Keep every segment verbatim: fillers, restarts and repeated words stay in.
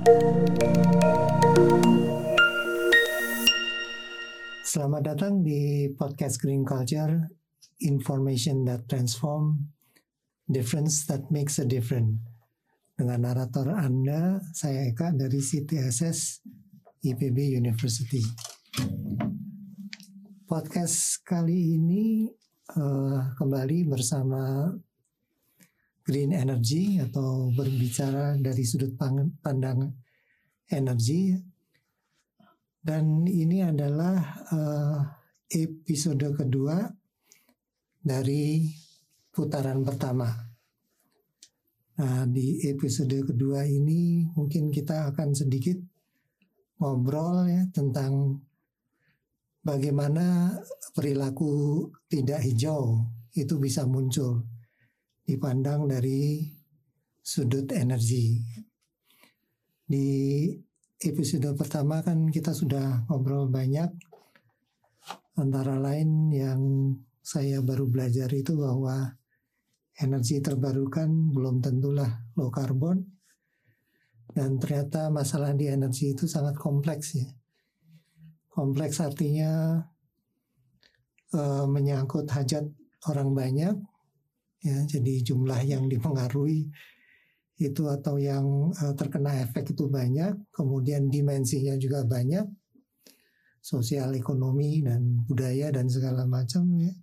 Selamat datang di podcast Green Culture, Information that Transform, Difference that Makes a Difference. Dengan narator Anda, saya Eka dari C T S S I P B University. Podcast kali ini uh, kembali bersama Green Energy atau berbicara dari sudut pandang energi. Dan ini adalah uh, episode kedua dari putaran pertama. Nah, di episode kedua ini mungkin kita akan sedikit ngobrol ya tentang bagaimana perilaku tidak hijau itu bisa muncul dipandang dari sudut energi. Di episode pertama kan kita sudah ngobrol banyak, antara lain yang saya baru belajar itu bahwa energi terbarukan belum tentulah low carbon, dan ternyata masalah di energi itu sangat kompleks ya. Kompleks artinya uh, menyangkut hajat orang banyak. Ya, jadi jumlah yang dipengaruhi itu atau yang uh, terkena efek itu banyak, kemudian dimensinya juga banyak, sosial, ekonomi, dan budaya dan segala macam ya.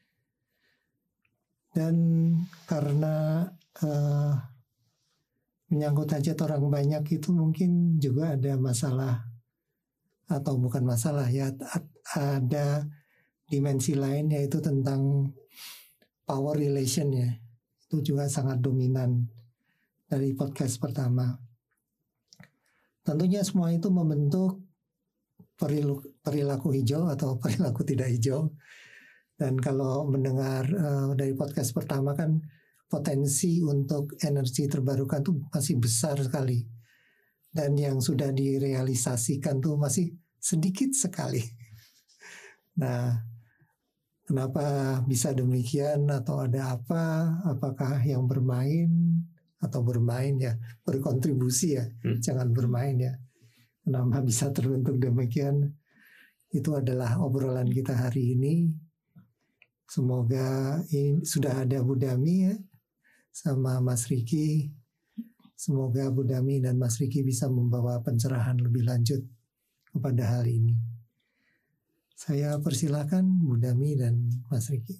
Dan karena uh, menyangkut hajat orang banyak itu mungkin juga ada masalah, atau bukan masalah ya, ada dimensi lain yaitu tentang power relation ya, itu juga sangat dominan dari podcast pertama. Tentunya semua itu membentuk perilaku, perilaku hijau atau perilaku tidak hijau. Dan kalau mendengar uh, dari podcast pertama kan potensi untuk energi terbarukan tuh masih besar sekali. Dan yang sudah direalisasikan tuh masih sedikit sekali. Nah, kenapa bisa demikian atau ada apa? Apakah yang bermain atau bermain ya, berkontribusi ya, hmm. jangan bermain ya. Kenapa bisa terbentuk demikian? Itu adalah obrolan kita hari ini. Semoga ini sudah ada Bu Dami ya, sama Mas Riki. Semoga Bu Dami dan Mas Riki bisa membawa pencerahan lebih lanjut kepada hal ini. Saya persilakan Bu Dami dan Mas Riki.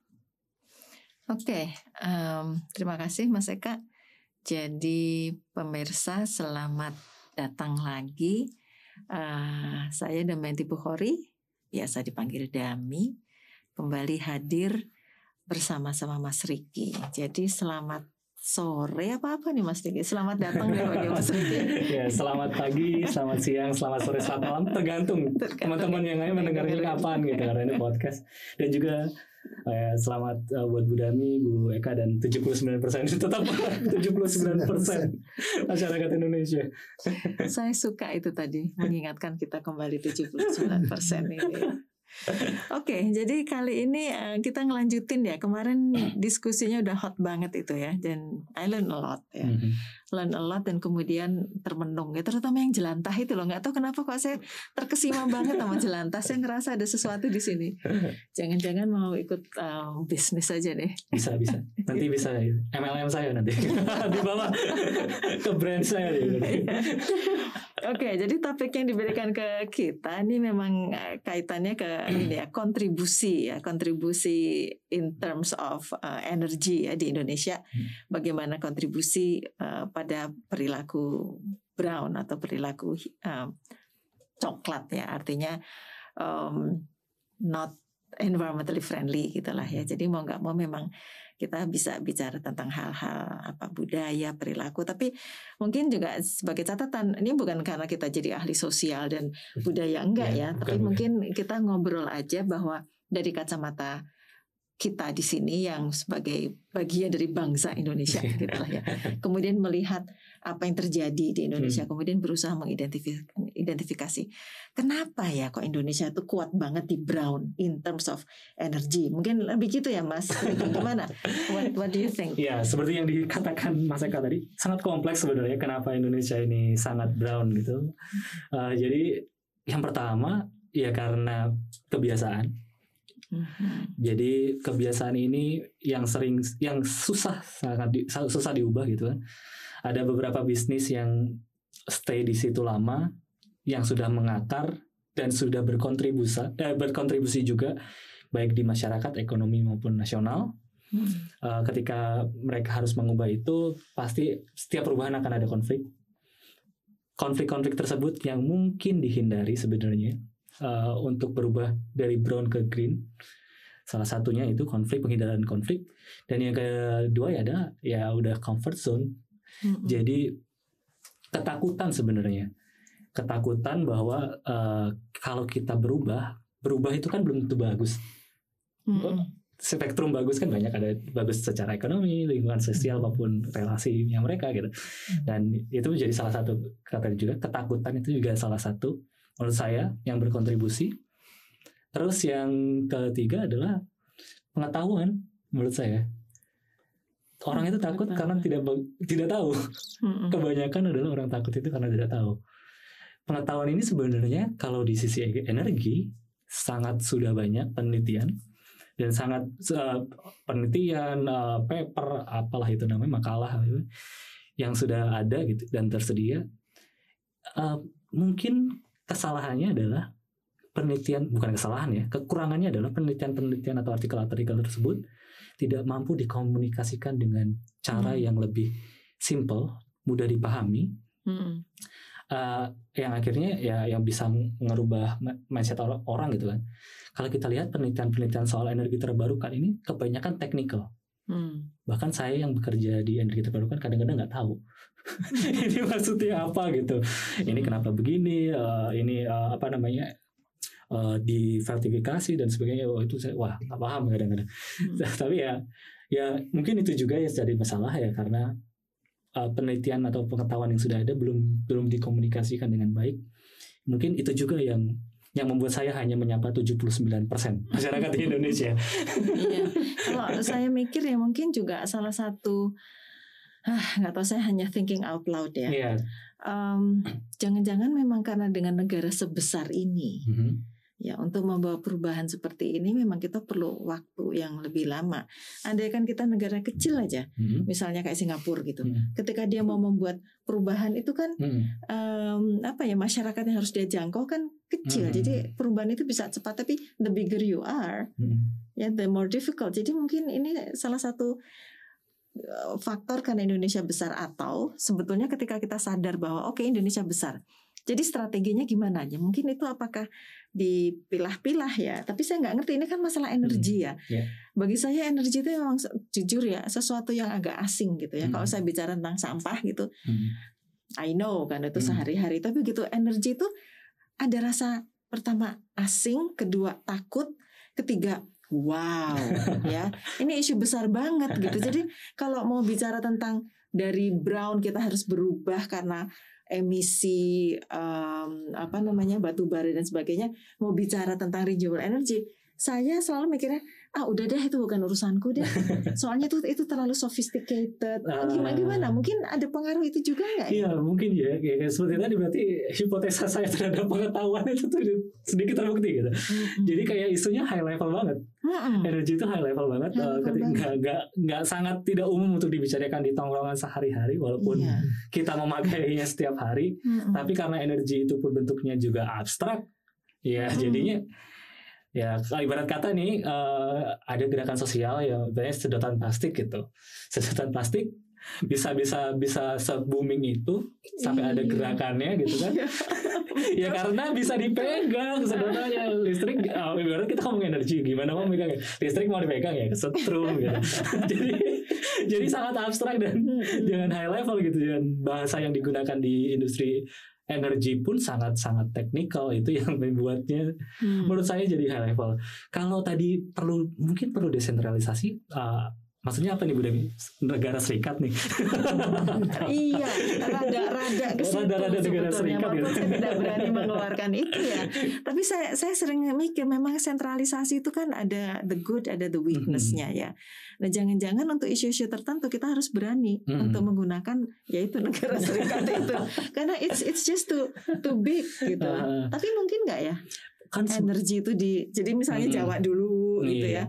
Oke, um, terima kasih Mas Eka. Jadi pemirsa selamat datang lagi. Uh, saya Damayanti Bukhori, biasa dipanggil Dami, kembali hadir bersama-sama Mas Riki. Jadi selamat sore apa-apa nih Mas Riki? Selamat datang ya Mas Riki. Ya, selamat pagi, selamat siang, selamat sore, selamat malam, tergantung, tergantung teman-teman yang lain mendengarnya kapan gitu, karena ini podcast. Dan juga eh, selamat uh, buat Bu Dami, Bu Eka, dan tujuh puluh sembilan persen tetap tujuh puluh sembilan persen masyarakat Indonesia. Saya suka itu tadi, mengingatkan kita kembali tujuh puluh sembilan persen ini. Oke, okay, jadi kali ini uh, kita ngelanjutin ya. Kemarin diskusinya udah hot banget itu ya, dan I learn a lot ya, mm-hmm. learn a lot dan kemudian termenung ya, terutama yang jelantah itu loh. Nggak tahu kenapa kok saya terkesima banget sama jelantah. Saya ngerasa ada sesuatu di sini. Jangan-jangan mau ikut uh, bisnis aja deh. Bisa bisa. Nanti bisa M L M saya nanti dibawa ke brand saya deh. Oke, okay, jadi topik yang diberikan ke kita ini memang kaitannya ke ini ya, kontribusi ya, kontribusi in terms of uh, energy ya di Indonesia. Bagaimana kontribusi uh, pada perilaku brown atau perilaku uh, coklat ya, artinya um, not environmentally friendly gitulah ya. Jadi mau nggak mau memang kita bisa bicara tentang hal-hal apa budaya, perilaku, tapi mungkin juga sebagai catatan, ini bukan karena kita jadi ahli sosial dan budaya enggak ya, ya tapi bukan, mungkin bukan. Kita ngobrol aja bahwa dari kacamata kita di sini yang sebagai bagian dari bangsa Indonesia gitu lah ya. Kemudian melihat apa yang terjadi di Indonesia, hmm. kemudian berusaha mengidentifikasi kenapa ya kok Indonesia itu kuat banget di brown in terms of energy. Mungkin lebih gitu ya Mas. Gimana? What, what do you think? Ya, seperti yang dikatakan Mas Eka tadi, sangat kompleks sebenarnya kenapa Indonesia ini sangat brown gitu. Uh, jadi yang pertama ya karena kebiasaan. Mm-hmm. Jadi kebiasaan ini yang sering, yang susah sangat di, susah diubah gitu kan. Ada beberapa bisnis yang stay di situ lama, yang sudah mengakar dan sudah berkontribusi, eh, berkontribusi juga baik di masyarakat, ekonomi maupun nasional. Mm. Uh, ketika mereka harus mengubah itu, pasti setiap perubahan akan ada konflik. Konflik-konflik tersebut yang mungkin dihindari sebenarnya. Uh, untuk berubah dari brown ke green, salah satunya itu konflik, penghindaran konflik, dan yang kedua ya ada ya udah comfort zone. Mm-hmm. Jadi ketakutan sebenarnya, ketakutan bahwa uh, kalau kita berubah, berubah itu kan belum tentu bagus. Mm-hmm. Spektrum bagus kan banyak, ada bagus secara ekonomi, lingkungan sosial maupun relasinya mereka gitu. Mm-hmm. Dan itu menjadi salah satu kata juga, ketakutan itu juga salah satu menurut saya yang berkontribusi. Terus yang ketiga adalah pengetahuan menurut saya. Orang itu takut karena tidak tidak tahu. Kebanyakan adalah orang takut itu karena tidak tahu. Pengetahuan ini sebenarnya kalau di sisi energi sangat sudah banyak penelitian dan sangat uh, penelitian uh, paper apalah itu namanya, makalah gitu, yang sudah ada gitu dan tersedia. Uh, mungkin kesalahannya adalah penelitian, bukan kesalahan ya, kekurangannya adalah penelitian-penelitian atau artikel-artikel tersebut tidak mampu dikomunikasikan dengan cara hmm. yang lebih simple, mudah dipahami, hmm. uh, yang akhirnya ya yang bisa merubah mindset orang, orang gitu kan. Kalau kita lihat penelitian-penelitian soal energi terbarukan ini kebanyakan teknikal. Hmm. Bahkan saya yang bekerja di energi terbarukan kadang-kadang nggak tahu ini maksudnya apa gitu. Ini kenapa begini? Uh, ini uh, apa namanya? Uh, divertifikasi dan sebagainya. Oh, itu saya wah nggak paham kadang-kadang. Hmm. Tapi ya, ya mungkin itu juga yang jadi masalah ya karena uh, penelitian atau pengetahuan yang sudah ada belum belum dikomunikasikan dengan baik. Mungkin itu juga yang yang membuat saya hanya menyapa tujuh puluh sembilan persen masyarakat di Indonesia. Iya. Kalau saya mikir ya mungkin juga salah satu ah nggak tahu, saya hanya thinking out loud ya. Yeah. Um, jangan-jangan memang karena dengan negara sebesar ini, mm-hmm. ya untuk membawa perubahan seperti ini memang kita perlu waktu yang lebih lama. Andai kan kita negara kecil aja, mm-hmm. misalnya kayak Singapura gitu, mm-hmm. ketika dia mau membuat perubahan itu kan mm-hmm. um, apa ya masyarakat yang harus dia jangkau kan kecil, mm-hmm. jadi perubahan itu bisa cepat. Tapi the bigger you are, mm-hmm. ya the more difficult. Jadi mungkin ini salah satu faktor karena Indonesia besar, atau sebetulnya ketika kita sadar bahwa oke okay, Indonesia besar, jadi strateginya gimana aja, mungkin itu apakah dipilah-pilah ya, tapi saya nggak ngerti, ini kan masalah energi ya. hmm, yeah. Bagi saya energi itu memang jujur ya sesuatu yang agak asing gitu ya. hmm. Kalau saya bicara tentang sampah gitu, hmm. I know kan itu hmm. sehari-hari, tapi gitu energi itu ada rasa pertama asing, kedua takut, ketiga wow, ya ini isu besar banget gitu. Jadi kalau mau bicara tentang dari brown kita harus berubah karena emisi um, apa namanya batu bara dan sebagainya, mau bicara tentang renewable energy, saya selalu mikirnya ah udah deh itu bukan urusanku deh, soalnya itu itu terlalu sophisticated. Gimana gimana? Mungkin ada pengaruh itu juga nggak? Ya? Iya mungkin ya, kayak seperti tadi berarti hipotesa saya terhadap pengetahuan itu tuh sedikit terbukti gitu. Mm-hmm. Jadi kayak isunya high level banget, mm-hmm. energi itu high level banget, high level ketika nggak nggak nggak sangat tidak umum untuk dibicarakan di tongkrongan sehari-hari, walaupun yeah. kita memakainya setiap hari, mm-hmm. tapi karena energi itu pun bentuknya juga abstrak, ya mm-hmm. jadinya. Ya ibarat kata nih uh, ada gerakan sosial ya, banyak sedotan plastik gitu, sedotan plastik bisa bisa bisa se-booming itu sampai ada gerakannya gitu kan. Ya karena bisa dipegang sedotannya. Listrik, oh, ibarat kita ngomong energi, gimana mau megang listrik, mau dipegang ya kesetrum gitu. Jadi Jadi sangat abstrak dan jangan high level gitu, dan bahasa yang digunakan di industri energi pun sangat-sangat teknikal, itu yang membuatnya hmm. menurut saya jadi high level. Kalau tadi perlu mungkin perlu desentralisasi, uh, maksudnya apa nih Bu Demi? Negara Serikat nih. Iya, rada-rada ke situ Rada-rada negara Serikat gitu. Saya tidak berani mengeluarkan itu ya. Tapi saya saya sering mikir memang sentralisasi itu kan ada the good, ada the weakness-nya ya. Nah, jangan-jangan untuk isu-isu tertentu kita harus berani mm-hmm. untuk menggunakan yaitu negara Serikat itu. Karena it's it's just too too big gitu. Uh, Tapi mungkin nggak ya? Kan energi itu di jadi misalnya mm-hmm. Jawa dulu gitu iya. ya.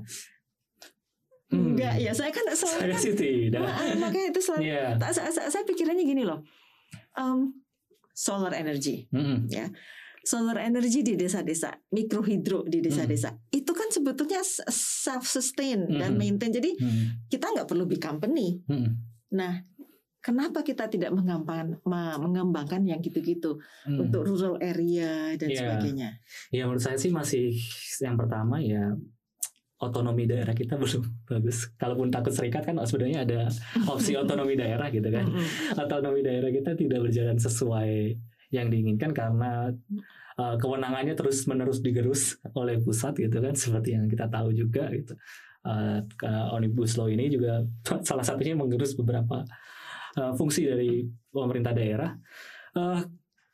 Hmm. Enggak ya, saya kan selalu saya kan, sih tidak. Nah, makanya itu selalu yeah. saya, saya, saya pikirannya gini loh, um, solar energy, mm-hmm. ya, solar energy di desa-desa, mikrohidro di desa-desa, mm-hmm. itu kan sebetulnya self sustain mm-hmm. dan maintain, jadi mm-hmm. kita nggak perlu big company. Mm-hmm. Nah, kenapa kita tidak mengembangkan, mengembangkan yang gitu-gitu mm. untuk rural area dan yeah. sebagainya? Ya menurut saya sih masih yang pertama ya. Otonomi daerah kita belum bagus. Kalaupun takut serikat kan sebenarnya ada opsi otonomi daerah gitu kan. Otonomi daerah kita tidak berjalan sesuai yang diinginkan karena uh, kewenangannya terus menerus digerus oleh pusat gitu kan, seperti yang kita tahu juga gitu. Uh, Omnibus Law ini juga salah satunya menggerus beberapa uh, fungsi dari pemerintah daerah. Uh,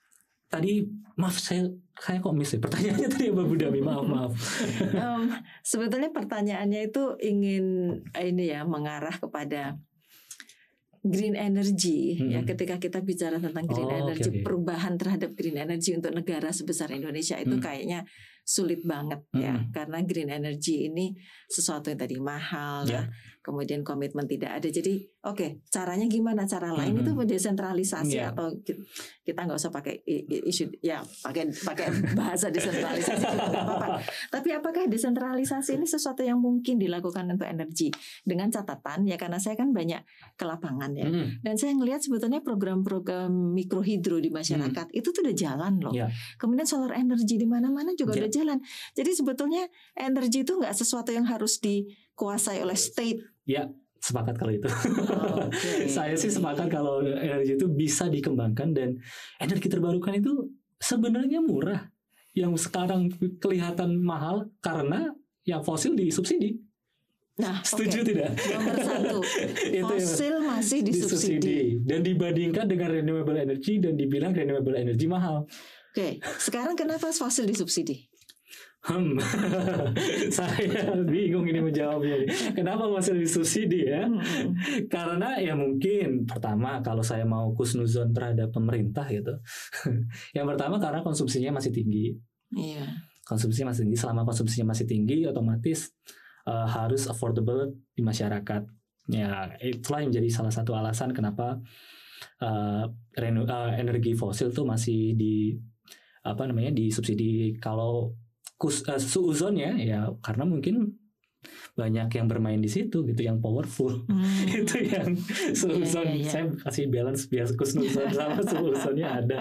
tadi maaf saya Kayak kok miss ya pertanyaannya tadi apa Bu Dami, maaf maaf. um, sebetulnya pertanyaannya itu ingin ini ya mengarah kepada green energy hmm. ya, ketika kita bicara tentang green oh, energy, okay, okay. perubahan terhadap green energy untuk negara sebesar Indonesia itu hmm. kayaknya sulit banget hmm. ya, karena green energy ini sesuatu yang tadi mahal yeah. ya, kemudian komitmen tidak ada. Jadi oke, okay, caranya gimana? Cara lain hmm. itu desentralisasi yeah. atau kita nggak usah pakai isu ya, pakai pakai bahasa desentralisasi juga nggak apa-apa. Tapi apakah desentralisasi ini sesuatu yang mungkin dilakukan untuk energi? Dengan catatan ya, karena saya kan banyak ke lapangan ya, hmm. dan saya ngelihat sebetulnya program-program mikrohidro di masyarakat hmm. itu tuh udah jalan loh. Yeah. Kemudian solar energy di mana-mana juga yeah. udah jalan. Jadi sebetulnya energi itu nggak sesuatu yang harus dikuasai oleh state. Ya, sepakat kalau itu. Oh, okay. Saya sih sepakat kalau energi itu bisa dikembangkan, dan energi terbarukan itu sebenarnya murah. Yang sekarang kelihatan mahal karena yang fosil disubsidi. Nah, setuju okay. tidak? Nomor satu, fosil masih disubsidi. disubsidi dan dibandingkan dengan renewable energy dan dibilang renewable energy mahal. Oke, okay. Sekarang kenapa fosil disubsidi? Hmm, saya bingung ini menjawabnya. Kenapa masih disubsidi ya? Hmm. Karena ya mungkin pertama kalau saya mau kusnuzon terhadap pemerintah gitu. Yang pertama karena konsumsinya masih tinggi. Iya. Konsumsinya masih tinggi. Selama konsumsinya masih tinggi, otomatis uh, harus affordable di masyarakat. Ya itulah yang menjadi salah satu alasan kenapa uh, renu- uh, energi fosil tuh masih di apa namanya disubsidi. Kalau Kus, uh, suuzonnya ya karena mungkin banyak yang bermain di situ gitu, yang powerful. Hmm. Itu yang suuzon. Yeah, yeah, yeah. Saya kasih balance biar kusnuzon sama suuzonnya ada.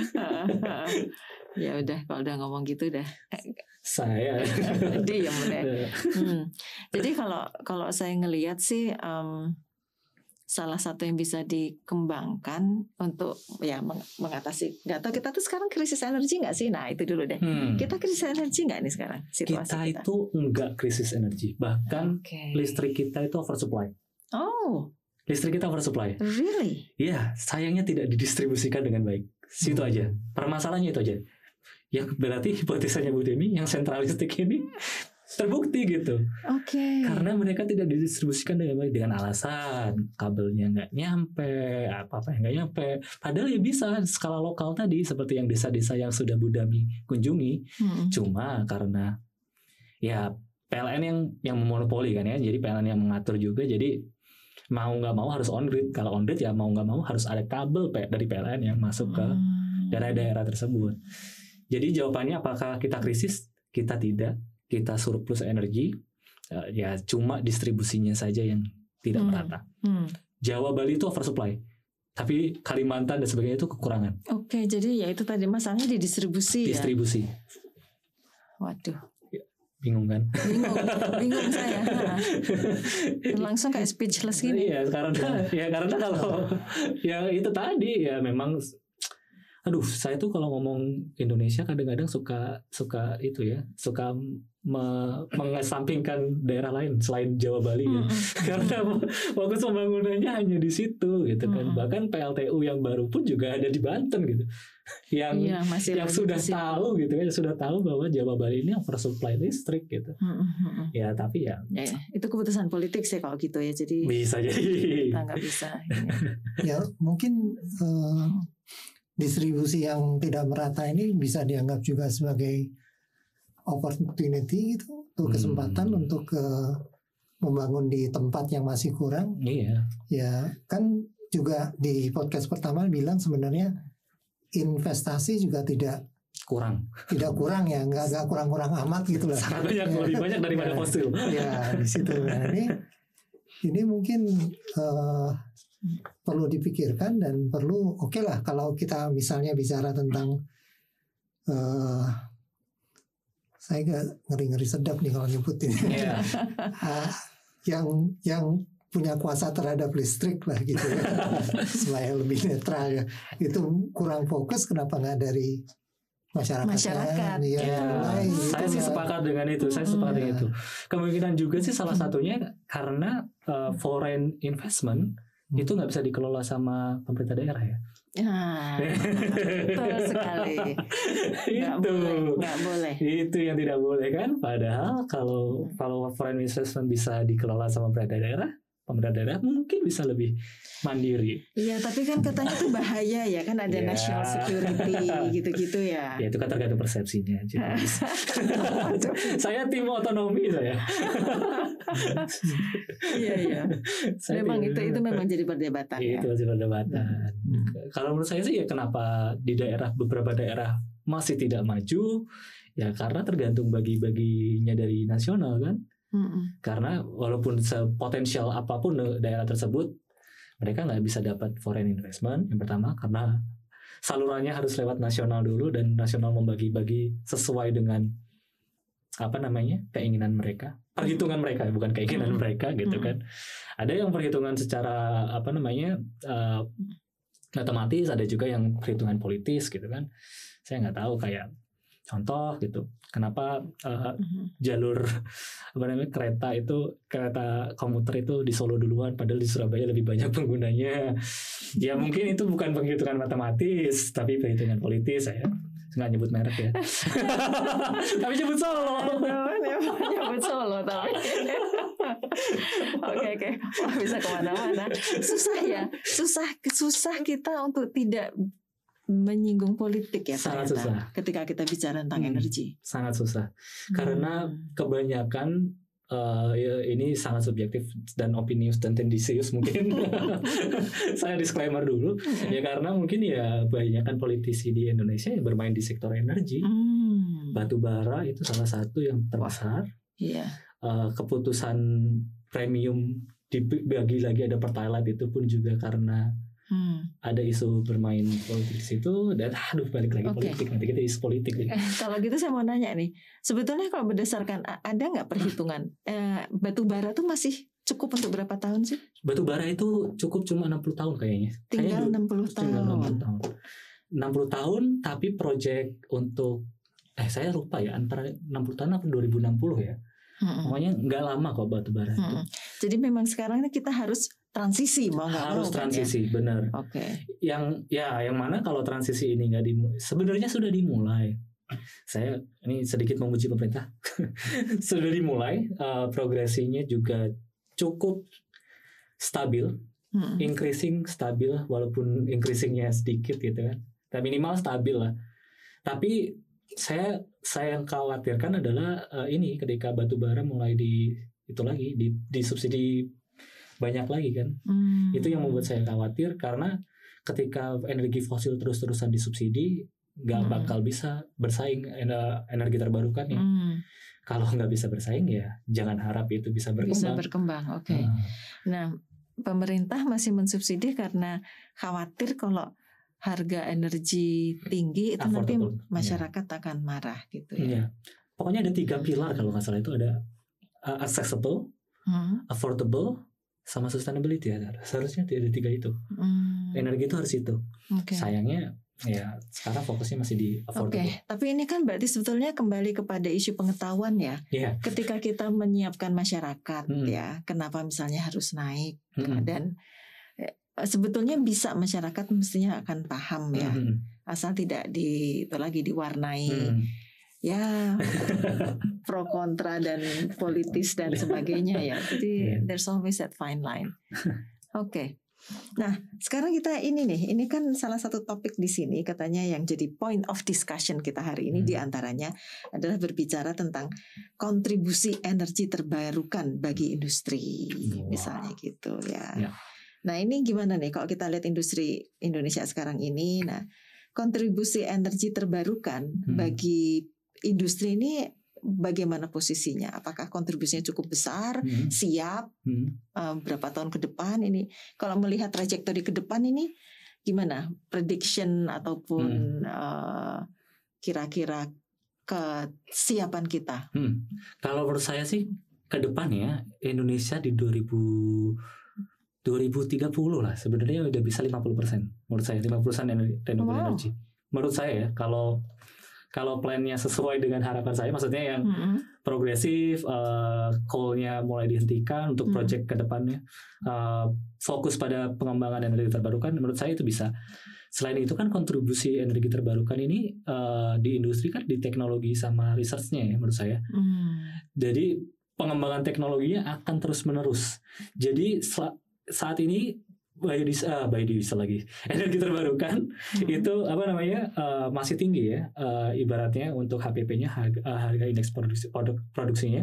Ya udah, kalau udah ngomong gitu dah. Saya diam deh. Hmm. Jadi kalau kalau saya ngelihat sih um, salah satu yang bisa dikembangkan untuk ya mengatasi, nggak tahu kita tuh sekarang krisis energi nggak sih? Nah itu dulu deh. Hmm. Kita krisis energi nggak nih sekarang situasi kita? Kita itu enggak krisis energi, bahkan okay. listrik kita itu oversupply. Oh, listrik kita oversupply. Really? Iya, sayangnya tidak didistribusikan dengan baik. Situ hmm. aja. Permasalahannya itu aja. Yang berarti hipotesanya Bu Demi yang sentralistik ini terbukti gitu. Oke. Okay. Karena mereka tidak didistribusikan dengan baik, dengan alasan kabelnya nggak nyampe, apa-apa yang nggak nyampe. Padahal ya bisa skala lokal tadi seperti yang desa-desa yang sudah Bu Dami kunjungi. Hmm. Cuma karena ya P L N yang yang memonopoli kan ya, jadi P L N yang mengatur juga. Jadi mau nggak mau harus on grid. Kalau on grid ya mau nggak mau harus ada kabel dari P L N yang masuk ke hmm. daerah-daerah tersebut. Jadi jawabannya apakah kita krisis? Kita tidak. Kita surplus energi, uh, ya cuma distribusinya saja yang tidak hmm. merata. Hmm. Jawa, Bali itu oversupply, tapi Kalimantan dan sebagainya itu kekurangan. Oke, okay, jadi ya itu tadi masalahnya di distribusi. Distribusi. Ya? Waduh. Bingung kan? Bingung, bingung saya. Nah. Langsung kayak speechless gini. Iya, karena ya karena kalau ya itu tadi ya memang, aduh saya tuh kalau ngomong Indonesia kadang-kadang suka suka itu ya, suka me, mengesampingkan daerah lain selain Jawa Bali ya. Mm-hmm. Karena fokus pembangunannya hanya di situ gitu kan. Mm-hmm. Bahkan P L T U yang baru pun juga ada di Banten gitu. Yang iya, yang sudah tahu gitu kan, sudah tahu bahwa Jawa Bali ini oversupply listrik gitu. Mm-hmm. Ya tapi ya, ya itu keputusan politik sih kalau gitu ya. Jadi bisa jadi kita nggak bisa. Ya mungkin uh, distribusi yang tidak merata ini bisa dianggap juga sebagai opportunity gitu, tuh kesempatan hmm. untuk uh, membangun di tempat yang masih kurang. Iya. Ya kan juga di podcast pertama bilang sebenarnya investasi juga tidak kurang, tidak kurang ya, nggak nggak kurang-kurang amat gitu lah. Sangat banyak, ya. Lebih banyak daripada fosil. Ya di situ. Nah, ini ini mungkin uh, perlu dipikirkan dan perlu oke okay lah kalau kita misalnya bicara tentang uh, saya gak ngeri-ngeri sedap nih kalau nyebutin yeah. uh, yang yang punya kuasa terhadap listrik lah gitu ya supaya lebih netral ya, itu kurang fokus kenapa nggak dari masyarakat, masyarakat. Ya, ya, mulai, saya gitu sih ya. sepakat dengan itu saya sepakat hmm. dengan itu kemungkinan juga sih salah satunya karena uh, foreign investment hmm. itu nggak bisa dikelola sama pemerintah daerah ya. Ah, betul sekali. Nggak boleh, nggak boleh. Itu yang tidak boleh kan. Padahal kalau kalau foreign investment bisa dikelola sama pemerintah daerah, pemerintah daerah mungkin bisa lebih mandiri. Iya, tapi kan katanya itu bahaya ya kan, ada yeah. national security gitu-gitu ya. Ya itu kan tergantung persepsinya. Saya tim otonomi saya. Iya iya. Memang itu itu memang jadi perdebatan. Itu ya. jadi perdebatan. Hmm. Kalau menurut saya sih ya kenapa di daerah beberapa daerah masih tidak maju ya karena tergantung bagi-baginya dari nasional kan. Hmm. Karena walaupun sepotensial apapun daerah tersebut, mereka nggak bisa dapat foreign investment. Yang pertama karena salurannya harus lewat nasional dulu dan nasional membagi-bagi sesuai dengan apa namanya keinginan mereka, perhitungan mereka bukan keinginan hmm. mereka gitu hmm. kan. Ada yang perhitungan secara apa namanya uh, matematis, ada juga yang perhitungan politis gitu kan. Saya nggak tahu kayak contoh gitu, kenapa uh, mm-hmm. jalur apa namanya kereta itu kereta komuter itu di Solo duluan, padahal di Surabaya lebih banyak penggunanya. Ya mungkin itu bukan perhitungan matematis, tapi perhitungan politis saya. Nggak nyebut merek ya. Tapi nyebut Solo. Nyebut Solo tapi. Oke oke, wah bisa kemana-mana. Susah ya, susah susah kita untuk tidak menyinggung politik ya. Sangat susah. Ketika kita bicara tentang hmm, energi. Sangat susah. Hmm. Karena kebanyakan uh, ya, ini sangat subjektif dan opinius dan tendensius mungkin. Saya disclaimer dulu. Hmm. Ya karena mungkin ya kebanyakan politisi di Indonesia yang bermain di sektor energi. Hmm. Batu bara itu salah satu yang terbesar. Iya. Yeah. Uh, keputusan premium dibagi lagi ada Pertalite itu pun juga karena hmm. ada isu bermain politik situ dan aduh balik lagi okay. politik nanti kita isu politik. Eh, kalau gitu saya mau nanya nih, sebetulnya kalau berdasarkan ada nggak perhitungan eh, batu bara tuh masih cukup untuk berapa tahun sih? Batu bara itu cukup cuma enam puluh tahun kayaknya. Tinggal enam puluh tahun. Tinggal enam puluh tahun. enam puluh tahun tapi proyek untuk eh saya lupa ya antara enam puluh tahun atau dua ribu enam puluh ya. Hmm. Pokoknya nggak lama kok batu bara hmm. itu. Jadi memang sekarang ini kita harus transisi mau nggak harus mau, transisi kan, ya? benar. Oke. Okay. Yang ya yang mana kalau transisi ini nggak dimulai, sebenarnya sudah dimulai. Saya ini sedikit memuji pemerintah. Sudah dimulai, uh, progresinya juga cukup stabil, hmm. increasing stabil walaupun increasingnya sedikit gitu kan. Tapi minimal stabil lah. Tapi saya saya yang khawatirkan adalah uh, ini ketika batu bara mulai di itu lagi di disubsidi banyak lagi kan. Hmm. Itu yang membuat saya khawatir karena ketika energi fosil terus-terusan disubsidi nggak hmm. bakal bisa bersaing energi terbarukan ya. Hmm. Kalau nggak bisa bersaing ya jangan harap itu bisa berkembang. Bisa berkembang, oke. Okay. Hmm. Nah, pemerintah masih mensubsidi karena khawatir kalau harga energi tinggi itu affordable. Nanti masyarakat yeah. akan marah gitu ya. Yeah. pokoknya ada tiga pilar kalau nggak salah itu ada uh, accessible, hmm. affordable, sama sustainability ya. Seharusnya ada tiga itu. Hmm. Energi itu harus itu. Okay. Sayangnya ya sekarang fokusnya masih di affordable. Oke, okay. Tapi ini kan berarti sebetulnya kembali kepada isu pengetahuan ya. Yeah. Ketika kita menyiapkan masyarakat hmm. ya, kenapa misalnya harus naik hmm. dan sebetulnya bisa masyarakat mestinya akan paham ya, mm-hmm. asal tidak di itu lagi diwarnai mm. ya pro kontra dan politis dan sebagainya ya. Jadi yeah. there's always that fine line. Oke, okay. Nah sekarang kita ini nih, ini kan salah satu topik di sini katanya yang jadi point of discussion kita hari ini mm. diantaranya adalah berbicara tentang kontribusi energi terbarukan bagi industri, wow. misalnya gitu ya. Yeah. Nah ini gimana nih kalau kita lihat industri Indonesia sekarang ini, nah kontribusi energi terbarukan hmm. bagi industri ini bagaimana posisinya? Apakah kontribusinya cukup besar, hmm. siap, hmm. Uh, berapa tahun ke depan ini? Kalau melihat trajektori ke depan ini gimana? Prediction ataupun hmm. uh, kira-kira kesiapan kita? Hmm. Kalau menurut saya sih ke depan ya Indonesia di dua ribu dua ribu tiga puluh lah sebenarnya udah bisa lima puluh persen menurut saya lima puluh persen renewable wow. energy menurut saya ya kalau kalau plannya sesuai dengan harapan saya maksudnya yang mm-hmm. progresif uh, coal-nya mulai dihentikan untuk mm-hmm. project ke depannya uh, fokus pada pengembangan energi terbarukan menurut saya itu bisa. Selain itu kan kontribusi energi terbarukan ini uh, di industri kan di teknologi sama research-nya ya menurut saya mm. jadi pengembangan teknologinya akan terus menerus jadi sel- saat ini biodiesel, uh, biodiesel lagi energi terbarukan hmm. itu apa namanya uh, masih tinggi ya uh, ibaratnya untuk H P P-nya harga, uh, harga indeks produksi, produk, produksinya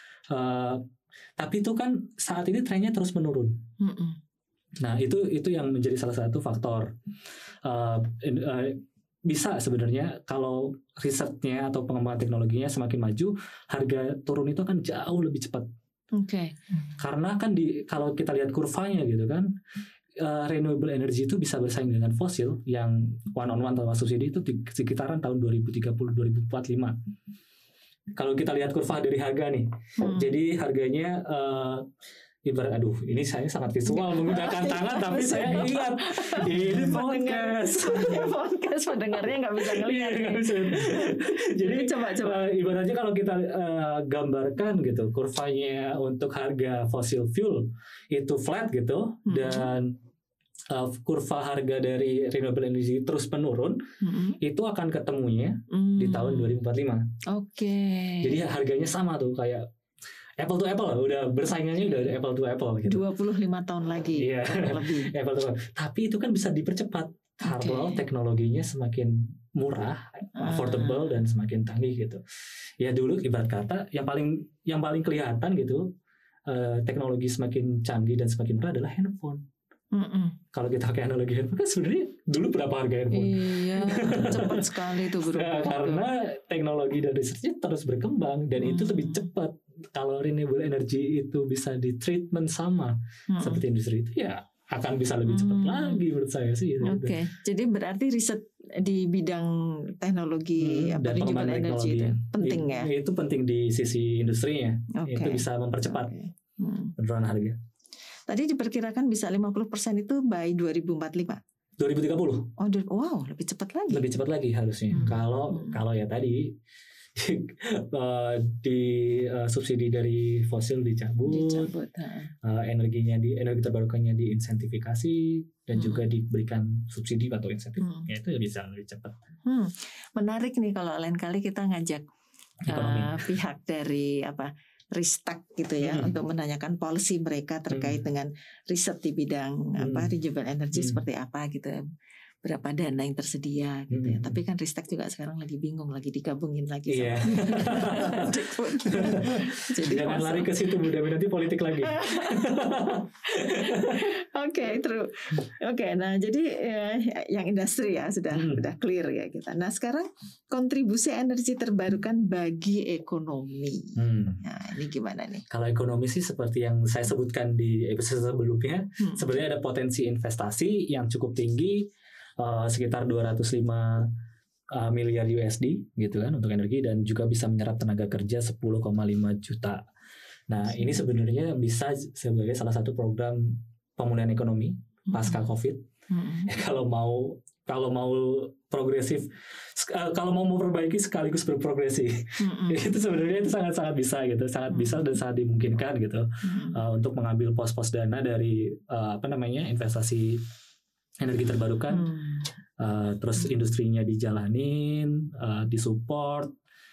uh, tapi itu kan saat ini trennya terus menurun. Hmm. Nah itu itu yang menjadi salah satu faktor uh, uh, bisa sebenarnya kalau risetnya atau pengembangan teknologinya semakin maju harga turun itu akan jauh lebih cepat. Oke. Okay. Karena kan di kalau kita lihat kurvanya gitu kan, uh, renewable energy itu bisa bersaing dengan fosil yang one on one tanpa subsidi itu di sekitaran tahun dua ribu tiga puluh dua ribu empat puluh lima. Kalau kita lihat kurva dari harga nih, hmm. jadi harganya uh, ibarat aduh ini saya sangat visual menggunakan tangan tapi saya ingat ini podcast podcast pendengarnya nggak bisa ngelihat iya, bisa. Jadi coba coba uh, ibaratnya kalau kita uh, gambarkan gitu kurvanya untuk harga fossil fuel itu flat gitu hmm. dan uh, kurva harga dari renewable energy terus menurun hmm. itu akan ketemunya hmm. di tahun dua ribu empat puluh lima. Oke. Okay. Jadi harganya sama tuh kayak apple to apple lah, udah bersaingannya udah apple to apple gitu. dua puluh lima tahun lagi. Iya. Lebih. Apple to apple. Tapi itu kan bisa dipercepat kalau okay. teknologinya semakin murah, ah. affordable dan semakin canggih gitu. Ya dulu ibarat kata yang paling yang paling kelihatan gitu uh, teknologi semakin canggih dan semakin murah adalah handphone. Mm-mm. Kalau kita pakai analogi handphone kan sebenarnya dulu berapa harga handphone? Iya, cepat sekali itu berubah. Nah, karena teknologi dan risetnya terus berkembang dan mm. itu lebih cepat. Kalau renewable energy itu bisa di treatment sama mm. seperti industri itu ya akan bisa lebih cepat mm. lagi menurut saya sih. Oke, okay. Jadi berarti riset di bidang teknologi hmm, apa renewable energy itu penting ya? Itu penting di sisi industrinya. Okay. Itu bisa mempercepat okay. hmm. penurunan harga. Tadi diperkirakan bisa lima puluh persen itu by dua ribu empat puluh lima. dua ribu tiga puluh. Oh, wow, lebih cepat lagi. Lebih cepat lagi harusnya. Hmm. Kalau hmm. kalau ya tadi uh, di uh, subsidi dari fosil dicabut, dicabut uh, energinya di energi terbarukannya diinsentifikasi dan hmm. juga diberikan subsidi atau insentif, hmm. ya itu ya bisa lebih cepat. Hmm. Menarik nih kalau lain kali kita ngajak uh, pihak dari apa? Ristek gitu ya hmm. untuk menanyakan policy mereka terkait hmm. dengan riset di bidang hmm. apa renewable energy hmm. seperti apa gitu ya. Berapa dana yang tersedia gitu hmm. ya. Tapi kan Ristek juga sekarang lagi bingung lagi digabungin lagi yeah. sama Jadi jangan lari ke situ mudah nanti politik lagi. Oke, okay, true. Oke, okay, nah jadi ya, yang industri ya sudah hmm. sudah clear ya kita. Nah, sekarang kontribusi energi terbarukan bagi ekonomi. Hmm. Nah, ini gimana nih? Kalau ekonomi sih seperti yang saya sebutkan di episode sebelumnya, hmm. sebenarnya ada potensi investasi yang cukup tinggi. Uh, sekitar dua ratus lima uh, miliar U S D gitu kan untuk energi, dan juga bisa menyerap tenaga kerja sepuluh koma lima juta. Nah, ini sebenarnya bisa sebagai salah satu program pemulihan ekonomi pasca Covid. Mm-hmm. Kalau mau kalau mau progresif, uh, kalau mau memperbaiki sekaligus berprogresi, mm-hmm. itu sebenarnya itu sangat-sangat bisa gitu, sangat mm-hmm. bisa dan sangat dimungkinkan gitu, mm-hmm. uh, untuk mengambil pos-pos dana dari uh, apa namanya investasi energi terbarukan, mm-hmm. uh, terus mm-hmm. industrinya dijalanin, uh, disupport,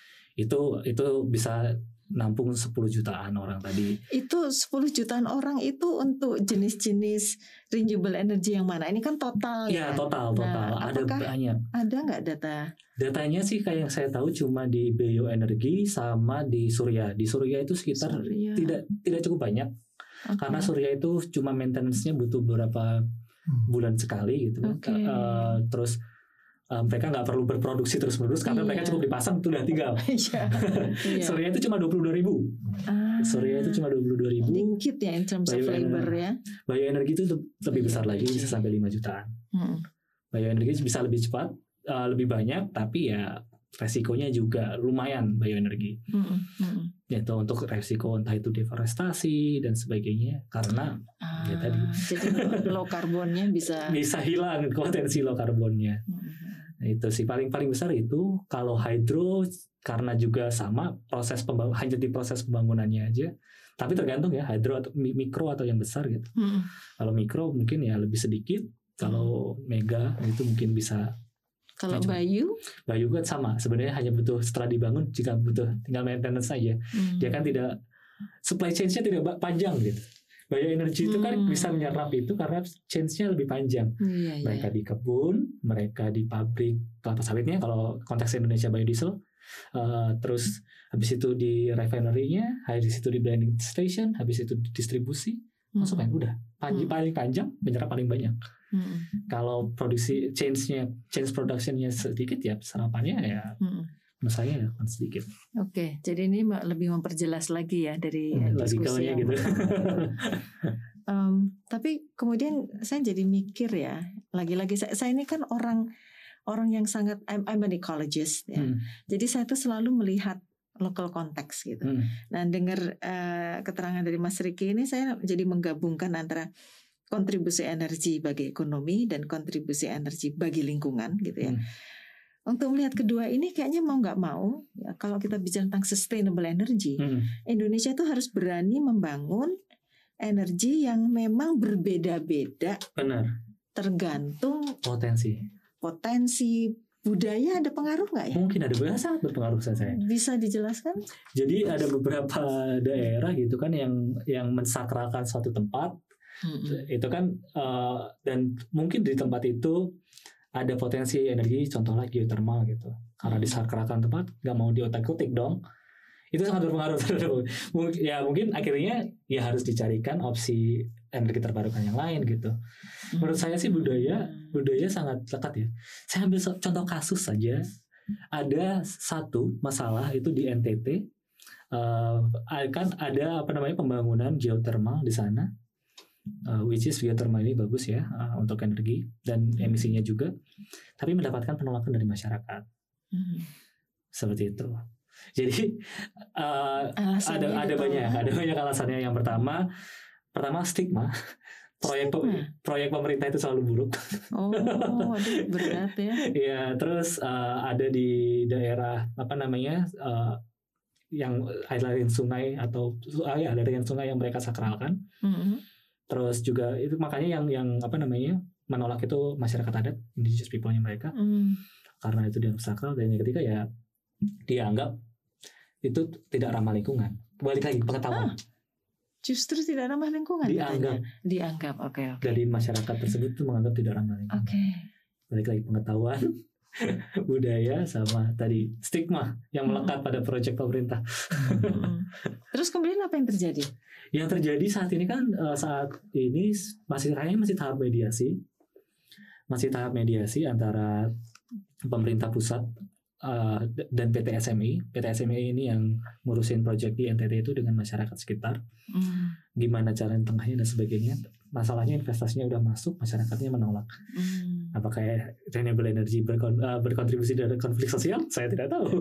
itu itu bisa nampung sepuluh jutaan orang tadi. Itu sepuluh jutaan orang itu untuk jenis-jenis renewable energy yang mana? Ini kan total ya? Ya total, total. Nah, ada banyak. Ada nggak data? Datanya sih kayak yang saya tahu cuma di bioenergi sama di surya. Di surya itu sekitar surya. tidak tidak cukup banyak. Okay. Karena surya itu cuma maintenance-nya butuh beberapa bulan sekali gitu. Okay. Uh, terus Uh, mereka nggak perlu berproduksi terus-menerus karena iya. mereka cukup dipasang tuh udah tinggal. Iya. Surya itu cuma dua puluh dua ribu. Ah. Surya itu cuma dua puluh dua ribu. Dikit ya in terms of labor ya. Bioenergi itu lebih besar lagi, bisa sampai lima jutaan. Hmm. Bioenergi bisa lebih cepat, uh, lebih banyak, tapi ya resikonya juga lumayan bioenergi. Hmm. Hmm. Yaitu untuk resiko entah itu deforestasi dan sebagainya, karena ah, ya tadi. Jadi low karbonnya bisa bisa hilang potensi low karbonnya. Hmm. Nah, itu sih paling paling besar itu. Kalau hydro karena juga sama proses pembang- hanya di proses pembangunannya aja, tapi tergantung ya hydro atau mikro atau yang besar gitu. Hmm. Kalau mikro mungkin ya lebih sedikit, kalau mega itu mungkin bisa. Kalau Bayu, Bayu kan sama sebenarnya, hanya butuh setelah dibangun jika butuh tinggal maintenance saja. Hmm. Dia kan tidak supply chain-nya tidak panjang gitu. Bioenergi itu kan hmm. bisa menyerap itu karena change-nya lebih panjang. Iya, mereka iya. di kebun, mereka di pabrik kelapa sawitnya kalau konteks Indonesia biodiesel, uh, terus habis itu di refinery-nya, habis itu di blending station, habis itu di distribusi, hmm. masuk kan udah paling hmm. paling panjang, menyerap paling banyak. Hmm. Kalau produksi change-nya, change production-nya sedikit ya serapannya ya. Hmm. menurut saya ya sedikit. Oke, jadi ini lebih memperjelas lagi ya dari hmm, diskusi yang gitu. um, tapi kemudian saya jadi mikir ya, lagi-lagi saya, saya ini kan orang orang yang sangat I'm, I'm an ecologist ya. Hmm. Jadi saya tuh selalu melihat local context gitu. Hmm. Nah, dengar uh, keterangan dari Mas Riki ini saya jadi menggabungkan antara kontribusi energi bagi ekonomi dan kontribusi energi bagi lingkungan gitu ya. Hmm. Untuk melihat kedua ini kayaknya mau nggak mau ya, kalau kita bicara tentang sustainable energy, hmm. Indonesia itu harus berani membangun energi yang memang berbeda-beda. Benar. Tergantung potensi. Potensi budaya ada pengaruh nggak ya? Mungkin ada, sangat berpengaruh saya. Bisa dijelaskan? Jadi ada beberapa daerah gitu kan yang yang mensakralkan suatu tempat. Hmm. Itu kan uh, dan mungkin di tempat itu ada potensi energi, contohnya geothermal gitu. Karena disakralkan tempat, nggak mau diotak-otik dong. Itu sangat berpengaruh terhadap. Ya mungkin akhirnya ya harus dicarikan opsi energi terbarukan yang lain gitu. Menurut saya sih budaya budaya sangat lekat ya. Saya ambil contoh kasus saja. Ada satu masalah itu di N T T, uh, kan ada apa namanya pembangunan geothermal di sana. Uh, which is geothermal ini bagus ya uh, untuk energi dan emisinya juga, tapi mendapatkan penolakan dari masyarakat. Hmm. Seperti itu. Jadi uh, ada ada banyak ada banyak alasannya. Yang pertama pertama stigma. Proyek stigma. proyek pemerintah itu selalu buruk. Oh, aduh, berat ya. Ya, terus uh, ada di daerah apa namanya uh, yang aliran sungai atau uh, ya aliran sungai yang mereka sakralkan. Hmm. Terus juga itu makanya yang yang apa namanya menolak itu masyarakat adat, indigenous people-nya mereka, mm. karena itu dianggap sakral. Dan yang ketiga ya dianggap itu tidak ramah lingkungan. Balik lagi pengetahuan. Ah, justru tidak ramah lingkungan. Dianggap. Katanya. Dianggap, oke okay, oke. Okay. Dari masyarakat tersebut itu menganggap tidak ramah lingkungan. Oke. Okay. Balik lagi pengetahuan, budaya sama tadi stigma yang melekat mm. pada proyek pemerintah. Mm. Terus kemudian apa yang terjadi? Yang terjadi saat ini kan uh, saat ini masih kayaknya masih tahap mediasi, masih tahap mediasi antara pemerintah pusat uh, dan P T S M I. P T S M I ini yang ngurusin proyek di N T T itu dengan masyarakat sekitar. Mm. Gimana cara tengahnya dan sebagainya. Masalahnya investasinya udah masuk, masyarakatnya menolak. Mm. Apakah renewable energy berkon, uh, berkontribusi dari konflik sosial? Saya tidak tahu.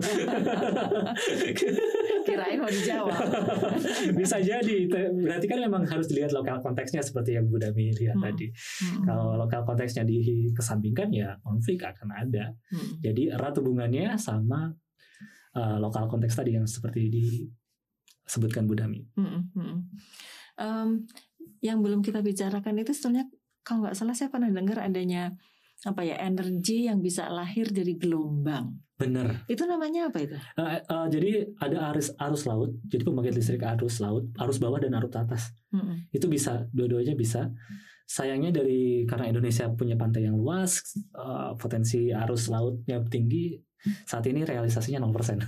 Kirain mau dijawab. Bisa jadi. Berarti kan memang harus dilihat lokal konteksnya seperti yang Bu Dami lihat hmm. tadi. Hmm. Kalau lokal konteksnya dikesampingkan ya konflik akan ada. Hmm. Jadi erat hubungannya sama uh, lokal konteks tadi yang seperti disebutkan Bu Dami. Hmm. Hmm. Um, yang belum kita bicarakan itu sebenarnya kalau nggak salah saya pernah dengar adanya apa ya energi yang bisa lahir dari gelombang. Benar. Itu namanya apa itu? Uh, uh, jadi ada arus arus laut. Jadi pembangkit listrik arus laut, arus bawah dan arus atas. Mm-hmm. Itu bisa, dua-duanya bisa. Sayangnya dari karena Indonesia punya pantai yang luas, uh, potensi arus lautnya tinggi. Saat ini realisasinya nol persen.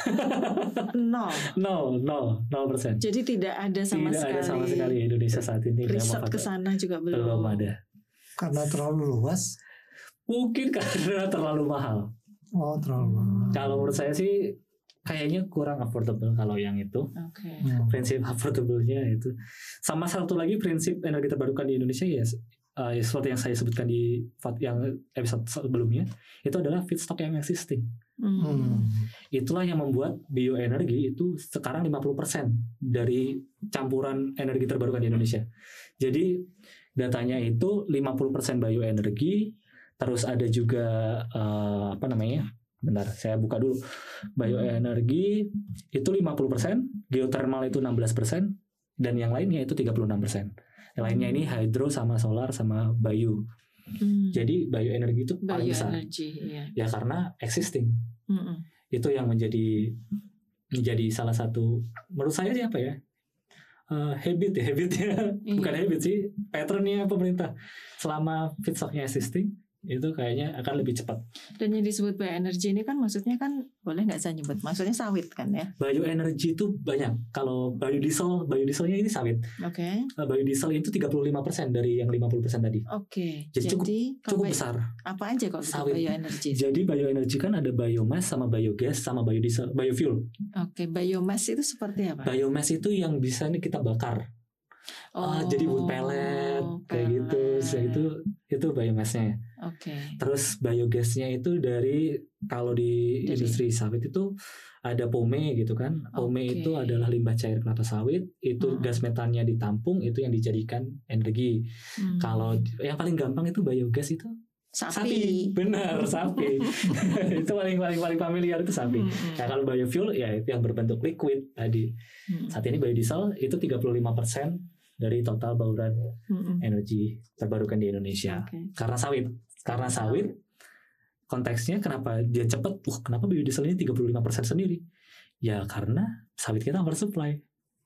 nol. nol, nol, nol persen. Jadi tidak ada sama tidak sekali. Tidak ada sama sekali Indonesia saat ini. Riset ke sana juga belum. Belum ada. Karena terlalu luas. Mungkin karena terlalu mahal. Oh, terlalu mahal. Kalau menurut saya sih kayaknya kurang affordable kalau yang itu. Okay. Hmm. Prinsip affordable-nya itu. Sama satu lagi prinsip energi terbarukan di Indonesia ya, uh, seperti yang saya sebutkan di yang episode sebelumnya, itu adalah feedstock yang existing. Hmm. Itulah yang membuat bioenergi itu sekarang lima puluh persen dari campuran energi terbarukan di Indonesia. Jadi datanya itu lima puluh persen bioenergi. Terus ada juga uh, apa namanya? Bentar, saya buka dulu. Bioenergi itu lima puluh persen, geothermal itu enam belas persen, dan yang lainnya itu tiga puluh enam persen. Yang lainnya ini hydro sama solar sama bio. Hmm. Jadi bioenergi itu paling besar. Iya. Ya karena existing. Hmm. Itu yang menjadi menjadi salah satu menurut saya siapa ya? Uh, habit ya, habitnya iya. Bukan habit sih, patternnya pemerintah. Selama feedstocknya existing, itu kayaknya akan lebih cepat. Dan yang disebut bioenergi ini kan maksudnya kan boleh nggak saya nyebut? Maksudnya sawit kan ya? Bioenergi itu banyak. Kalau biodiesel, biodieselnya ini sawit. Oke. Okay. Biodiesel itu tiga puluh lima persen dari yang lima puluh persen tadi. Oke. Okay. Jadi, Jadi cukup, cukup besar. Apa aja kok sawit. Bioenergi? Jadi bioenergi kan ada biomass sama biogas sama biodiesel, biofuel. Oke, okay. Biomass itu seperti apa? Biomass itu yang bisa nih kita bakar. Oh, ah, jadi wood pellet kayak pellet. Gitu. So, itu itu biomassnya. Oke. Okay. Terus biogasnya itu dari kalau di dari. industri sawit itu ada pome gitu kan. Pome okay. itu adalah limbah cair kelapa sawit. Itu hmm. gas metannya ditampung, itu yang dijadikan energi. Hmm. Kalau yang paling gampang itu biogas itu sapi. sapi. Benar, sapi. Itu paling paling paling familiar itu sapi. Hmm. Nah, kalau biofuel ya itu yang berbentuk liquid tadi. Hmm. Saat ini biodiesel itu tiga puluh lima persen dari total bauran mm-hmm. energi terbarukan di Indonesia. Okay. Karena sawit. Karena sawit konteksnya kenapa dia cepat? Uh, kenapa biodiesel ini tiga puluh lima persen sendiri? Ya karena sawit kita oversupply.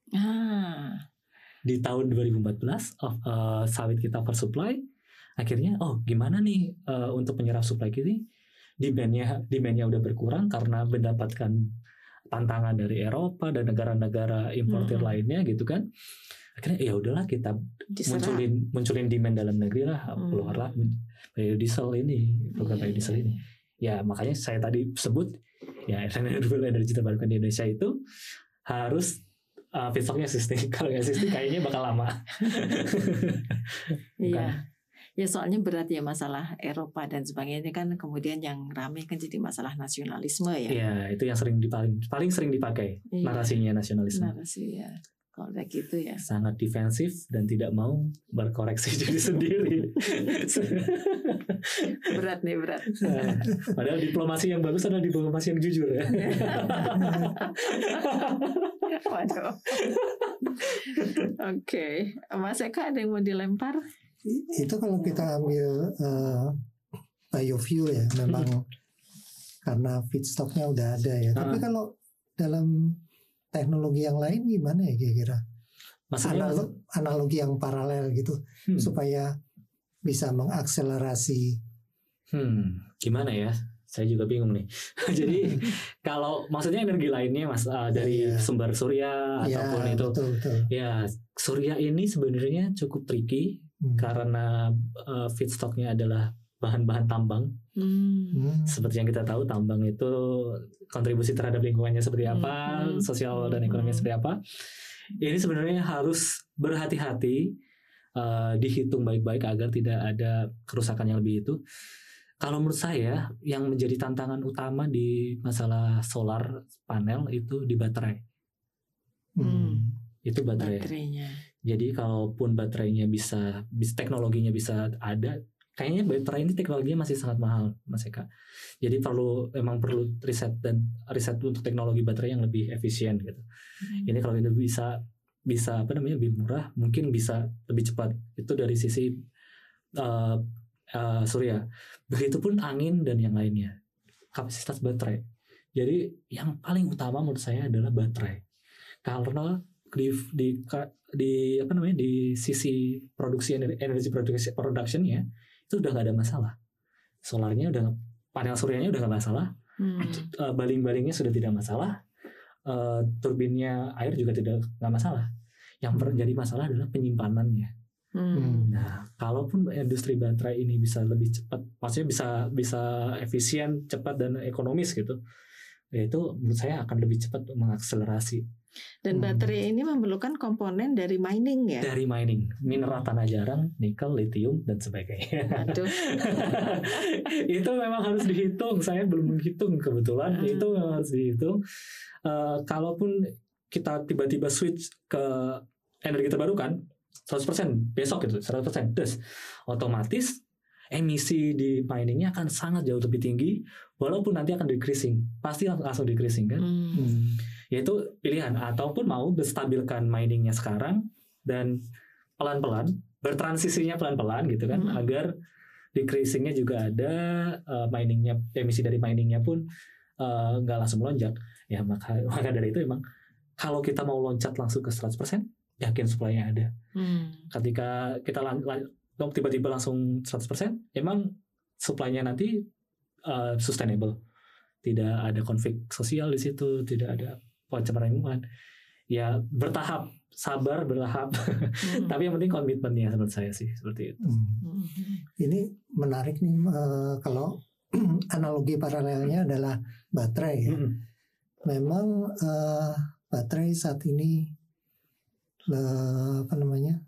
Ah. Di tahun dua ribu empat belas oh, uh, sawit kita oversupply. Akhirnya oh gimana nih uh, untuk menyerap supply kita? Demand-nya demand-nya udah berkurang karena mendapatkan tantangan dari Eropa dan negara-negara importir mm-hmm. lainnya gitu kan. Akhirnya ya udahlah kita Diserah. munculin munculin demand dalam negeri lah, hmm. keluarlah biodiesel ini, program yeah. biodiesel ini. Ya makanya saya tadi sebut ya renewable energy terbarukan di Indonesia itu harus uh, feedstocknya existing. Kalau nggak existing kayaknya bakal lama. Iya. Ya soalnya berat ya masalah Eropa dan sebagainya kan, kemudian yang ramai kan jadi masalah nasionalisme ya. Iya, itu yang sering dipaling paling sering dipakai iya. narasinya nasionalisme. Narasi ya. Kalau kayak gitu ya. Sangat defensif dan tidak mau berkoreksi diri sendiri. Berat nih, berat. Nah, padahal diplomasi yang bagus adalah diplomasi yang jujur ya. Waduh. Oke, okay. Mas Eka ada yang mau dilempar? Itu kalau kita ambil uh, biofuel ya, memang hmm. karena feedstocknya udah ada ya. Tapi uh. kalau dalam teknologi yang lain gimana ya kira-kira? Analog, analogi yang paralel gitu hmm. supaya bisa mengakselerasi. Hmm, gimana ya? Saya juga bingung nih. Jadi kalau maksudnya energi lainnya mas uh, dari yeah. sumber surya yeah, ataupun itu, betul, betul. ya surya ini sebenarnya cukup tricky hmm. karena uh, feedstocknya adalah bahan-bahan tambang. Hmm. Seperti yang kita tahu, tambang itu kontribusi terhadap lingkungannya seperti apa, hmm. sosial dan ekonominya seperti apa. Ini sebenarnya harus berhati-hati uh, dihitung baik-baik agar tidak ada kerusakan yang lebih itu. Kalau menurut saya yang menjadi tantangan utama di masalah solar panel itu di baterai. Hmm. Itu baterai. Baterainya. Jadi kalaupun baterainya bisa, bisa teknologinya bisa ada, kayaknya baterai ini teknologinya masih sangat mahal, Mas Eka. Jadi perlu emang perlu riset dan riset untuk teknologi baterai yang lebih efisien gitu. Hmm. Ini kalau itu bisa bisa apa namanya lebih murah, mungkin bisa lebih cepat. Itu dari sisi uh, uh, surya. Begitupun angin dan yang lainnya. Kapasitas baterai. Jadi yang paling utama menurut saya adalah baterai. Karena di di di apa namanya di sisi produksi energi, energi produksi productionnya itu udah nggak ada masalah. Solarnya udah, panel suryanya udah nggak masalah, hmm. uh, baling-balingnya sudah tidak masalah, uh, turbinnya air juga tidak nggak masalah. Yang menjadi masalah adalah penyimpanannya. Hmm. Nah, kalaupun industri baterai ini bisa lebih cepat, maksudnya bisa bisa efisien, cepat dan ekonomis gitu, itu menurut saya akan lebih cepat mengakselerasi. Dan baterai hmm. ini memerlukan komponen dari mining ya? Dari mining, mineral tanah jarang, nikel, lithium dan sebagainya. Aduh. Itu memang harus dihitung. Saya belum menghitung kebetulan. Hmm. Itu memang harus dihitung. Uh, kalaupun kita tiba-tiba switch ke energi terbarukan seratus persen besok gitu, seratus persen terus otomatis emisi di miningnya akan sangat jauh lebih tinggi, walaupun nanti akan decreasing, pasti langsung decreasing kan. Hmm. Yaitu pilihan, ataupun mau menstabilkan miningnya sekarang dan pelan-pelan bertransisinya pelan-pelan gitu kan, hmm. agar decreasingnya juga ada, uh, miningnya, emisi dari miningnya pun nggak uh, langsung melonjak. Ya maka maka dari itu emang kalau kita mau loncat langsung ke seratus persen, yakin supply-nya ada. Hmm. Ketika kita lan- lan- tiba-tiba langsung seratus persen, emang supply-nya nanti uh, sustainable. Tidak ada konflik sosial di situ, tidak ada pencemaran lingkungan. Ya bertahap, sabar bertahap. Hmm. Tapi yang penting komitmennya menurut saya sih seperti itu. Hmm. Ini menarik nih uh, kalau analogi paralelnya adalah baterai ya. Hmm. Memang uh, baterai saat ini uh, apa namanya?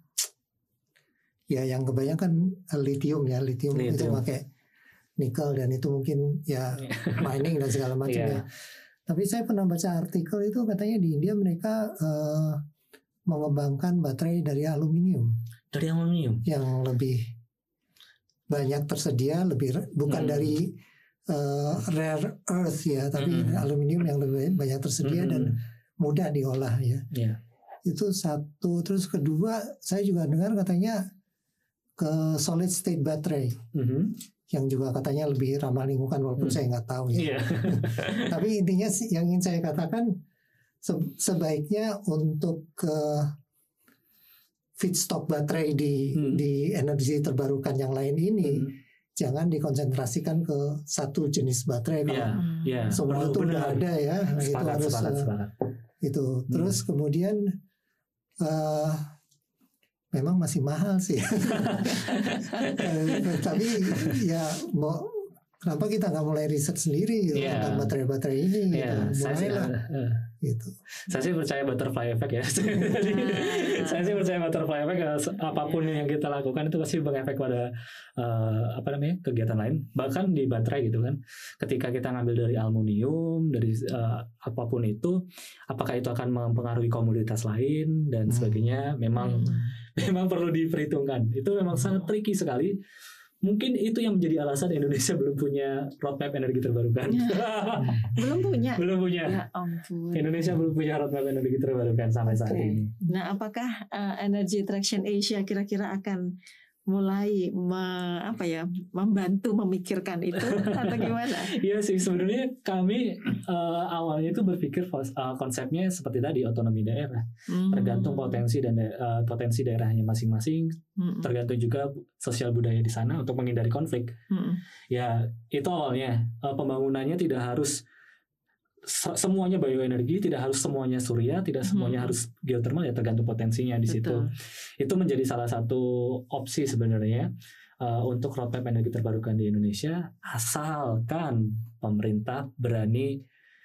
Ya yang kebanyakan lithium ya, lithium, lithium. itu pakai nikel dan itu mungkin ya mining dan segala macamnya. Yeah. Tapi saya pernah baca artikel itu katanya di India mereka uh, mengembangkan baterai dari aluminium. Dari aluminium yang lebih banyak tersedia, lebih bukan hmm. dari uh, rare earth ya, tapi hmm. aluminium yang lebih banyak tersedia hmm. dan mudah diolah ya. Yeah. Itu satu. Terus kedua, saya juga dengar katanya ke solid state battery. Mm-hmm. Yang juga katanya lebih ramah lingkungan walaupun hmm. saya nggak tahu ya. Yeah. Tapi intinya yang ingin saya katakan se- sebaiknya untuk uh, feedstock baterai di hmm. di energi terbarukan yang lain ini hmm. jangan dikonsentrasikan ke satu jenis baterai. Kalau yeah. Yeah. semua oh, itu udah ada ya, sepakat, itu harus sepakat, uh, sepakat. itu. Terus hmm. kemudian uh, memang masih mahal sih. Tapi ya mau kenapa kita nggak mulai riset sendiri gitu, yeah. tentang baterai-baterai ini yeah. gitu. Mulailah uh. gitu. Saya sih percaya butterfly effect ya. Saya sih percaya butterfly effect, apapun yang kita lakukan itu pasti berefek pada uh, apa namanya kegiatan lain. Bahkan di baterai gitu kan. Ketika kita ngambil dari aluminium, dari uh, apapun itu, apakah itu akan mempengaruhi komoditas lain dan sebagainya? Hmm. Memang hmm. memang perlu diperhitungkan. Itu memang sangat tricky sekali. Mungkin itu yang menjadi alasan Indonesia belum punya roadmap energi terbarukan. Ya, belum punya. belum punya. Ya ampun. Indonesia belum punya roadmap energi terbarukan sampai okay. saat ini. Nah, apakah uh, Energy Traction Asia kira-kira akan mulai me, apa ya membantu memikirkan itu atau gimana? Iya sih, sebenarnya kami uh, awalnya itu berpikir uh, konsepnya seperti tadi, otonomi daerah, hmm. tergantung potensi dan uh, potensi daerahnya masing-masing, hmm. tergantung juga sosial budaya di sana untuk menghindari konflik. Hmm. Ya itu awalnya uh, pembangunannya tidak harus semuanya bioenergi, tidak harus semuanya surya, tidak semuanya hmm. harus geothermal, ya tergantung potensinya di situ. Itu menjadi salah satu opsi sebenarnya uh, untuk roadmap energi terbarukan di Indonesia, asalkan pemerintah berani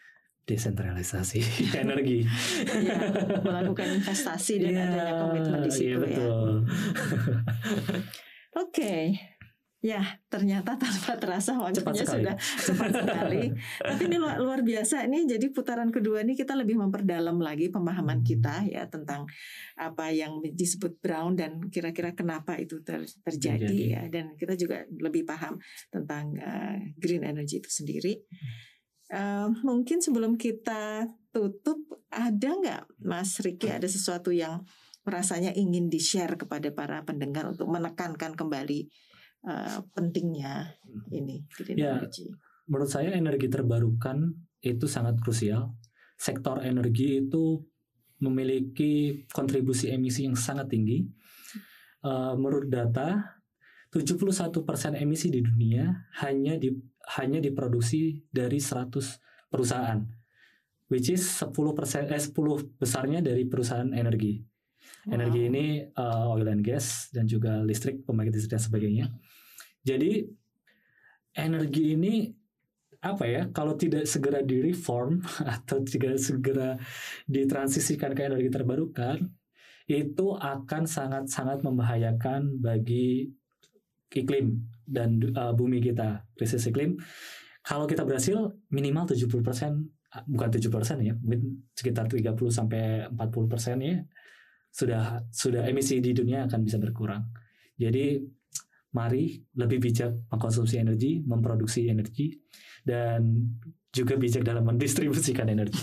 desentralisasi energi. Ya, melakukan investasi dan ya, adanya komitmen di situ iya, betul. ya. Oke. Okay. Ya, ternyata tanpa terasa waktunya sudah cepat sekali. Tapi ini luar, luar biasa nih. Jadi putaran kedua ini kita lebih memperdalam lagi pemahaman kita ya tentang apa yang disebut brown dan kira-kira kenapa itu ter, terjadi, terjadi ya. Dan kita juga lebih paham tentang uh, green energy itu sendiri. Uh, mungkin sebelum kita tutup, ada nggak Mas Ricky ada sesuatu yang rasanya ingin di-share kepada para pendengar untuk menekankan kembali Uh, pentingnya ini green ya, energy. Menurut saya energi terbarukan itu sangat krusial. Sektor energi itu memiliki kontribusi emisi yang sangat tinggi. Uh, menurut data, tujuh puluh satu persen emisi di dunia hanya di hanya diproduksi dari seratus perusahaan, which is sepuluh persen eh sepuluh besarnya dari perusahaan energi. Wow. Energi ini uh, oil and gas dan juga listrik, pembangkit listrik dan sebagainya. Jadi energi ini apa ya? Kalau tidak segera direform atau tidak segera ditransisikan ke energi terbarukan, itu akan sangat-sangat membahayakan bagi iklim dan uh, bumi kita, krisis iklim. Kalau kita berhasil minimal tujuh puluh persen, bukan tujuh puluh persen ya, mungkin sekitar tiga puluh sampai empat puluh persen ya. sudah sudah emisi di dunia akan bisa berkurang. Jadi mari lebih bijak mengkonsumsi energi, memproduksi energi, dan juga bijak dalam mendistribusikan energi.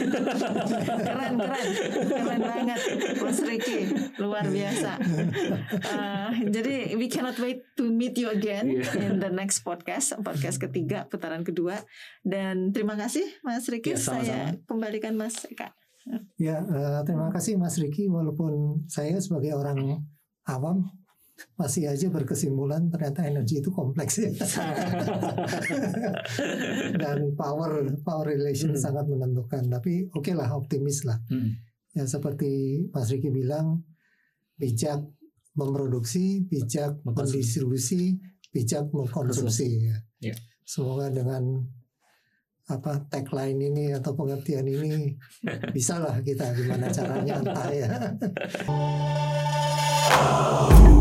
Keren, keren, keren banget, Mas Ricky, luar biasa. Uh, jadi we cannot wait to meet you again yeah. in the next podcast, podcast ketiga, putaran kedua. Dan terima kasih, Mas Ricky. Yeah, saya kembalikan Mas Eka. Ya, uh, terima kasih Mas Ricky. Walaupun saya sebagai orang awam masih aja berkesimpulan ternyata energi itu kompleks ya. Dan power power relation hmm. sangat menentukan. Tapi oke okay lah, optimis lah. Hmm. Ya seperti Mas Ricky bilang, bijak memproduksi, bijak mendistribusi, bijak mengkonsumsi. Ya. Yeah. Semoga dengan apa tagline ini atau pengertian ini bisalah kita gimana caranya entah ya.